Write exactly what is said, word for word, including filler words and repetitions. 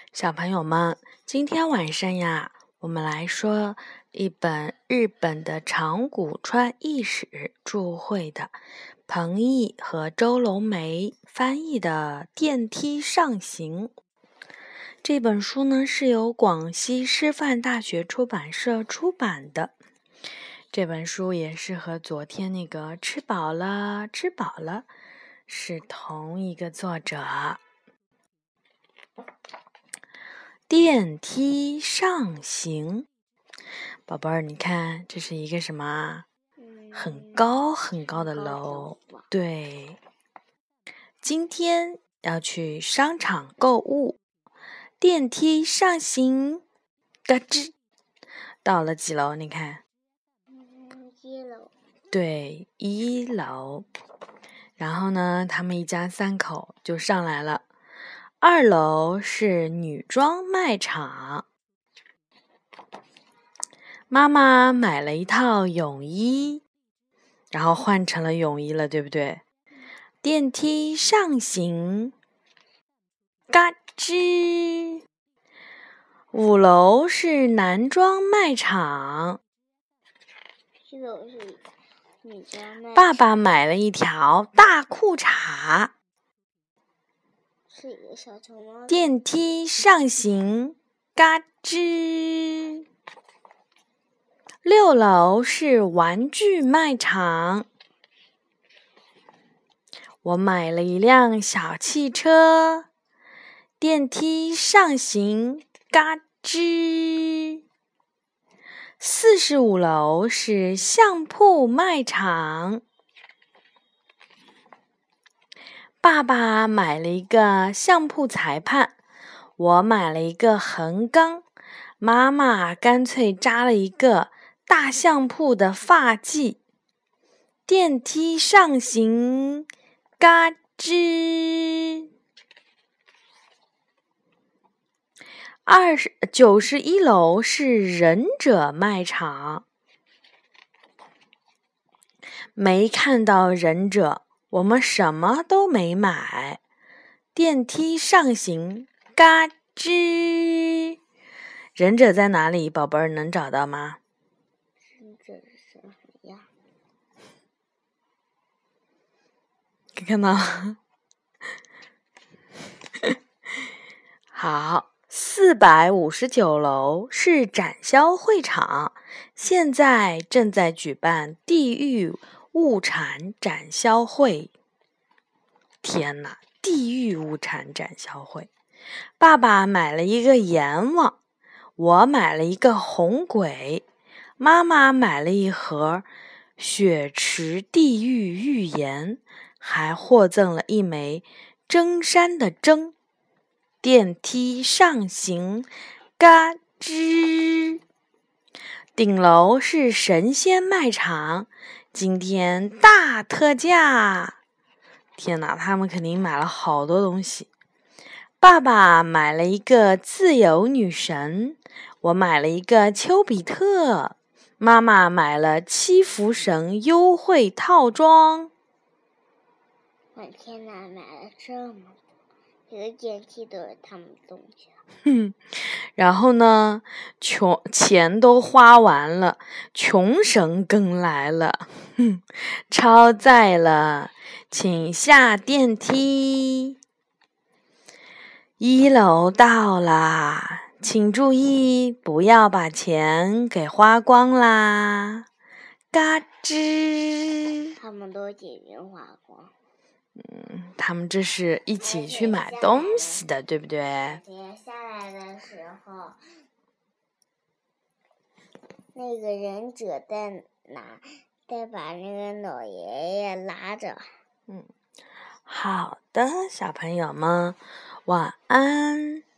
小朋友们，今天晚上呀，我们来说一本日本的长谷川义史著绘的，彭懿和周龙梅翻译的《电梯上行》。这本书呢是由广西师范大学出版社出版的。这本书也是和昨天那个吃饱了吃饱了是同一个作者。电梯上行，宝贝儿，你看这是一个什么啊？很高很高的楼。对，今天要去商场购物，电梯上行，嘎吱，到了几楼？你看， 一楼。 对，一楼。然后呢，他们一家三口就上来了。二楼是女装卖场，妈妈买了一套泳衣，然后换成了泳衣了，对不对？电梯上行，嘎吱。五楼是男装卖场， 七楼是女装卖场。 爸爸买了一条大裤衩。 是一个小熊猫。 电梯上行，嘎吱。六楼是玩具卖场，我买了一辆小汽车。电梯上行，嘎吱。四十五楼是相扑卖场，爸爸买了一个相扑裁判，我买了一个横纲，妈妈干脆扎了一个大相扑的发髻。电梯上行，嘎吱。二十九十一楼是忍者卖场，没看到忍者，我们什么都没买。电梯上行，嘎吱。忍者在哪里？宝贝儿能找到吗？ 忍者是什么呀？ 看到好，四百五十九楼是展销会场，现在正在举办地狱物产展销会。天哪，地狱物产展销会！爸爸买了一个阎王，我买了一个红鬼，妈妈买了一盒雪池地狱预言，还获赠了一枚登山的针。电梯上行，嘎吱。顶楼是神仙卖场，今天大特价。天哪，他们肯定买了好多东西。爸爸买了一个自由女神，我买了一个丘比特，妈妈买了七福神优惠套装。 我天哪，买了这么多，这个电梯都是他们东西。 哼，然后呢，穷钱都花完了，穷神跟来了，哼，超载了，请下电梯。一楼到啦，请注意，不要把钱给花光啦，嘎吱。 他们都已经花光。 嗯，他们这是一起去买东西的，对不对？ 下来的时候，那个忍者在拿，在把那个老爷爷拉着。 嗯，好的，小朋友们，晚安。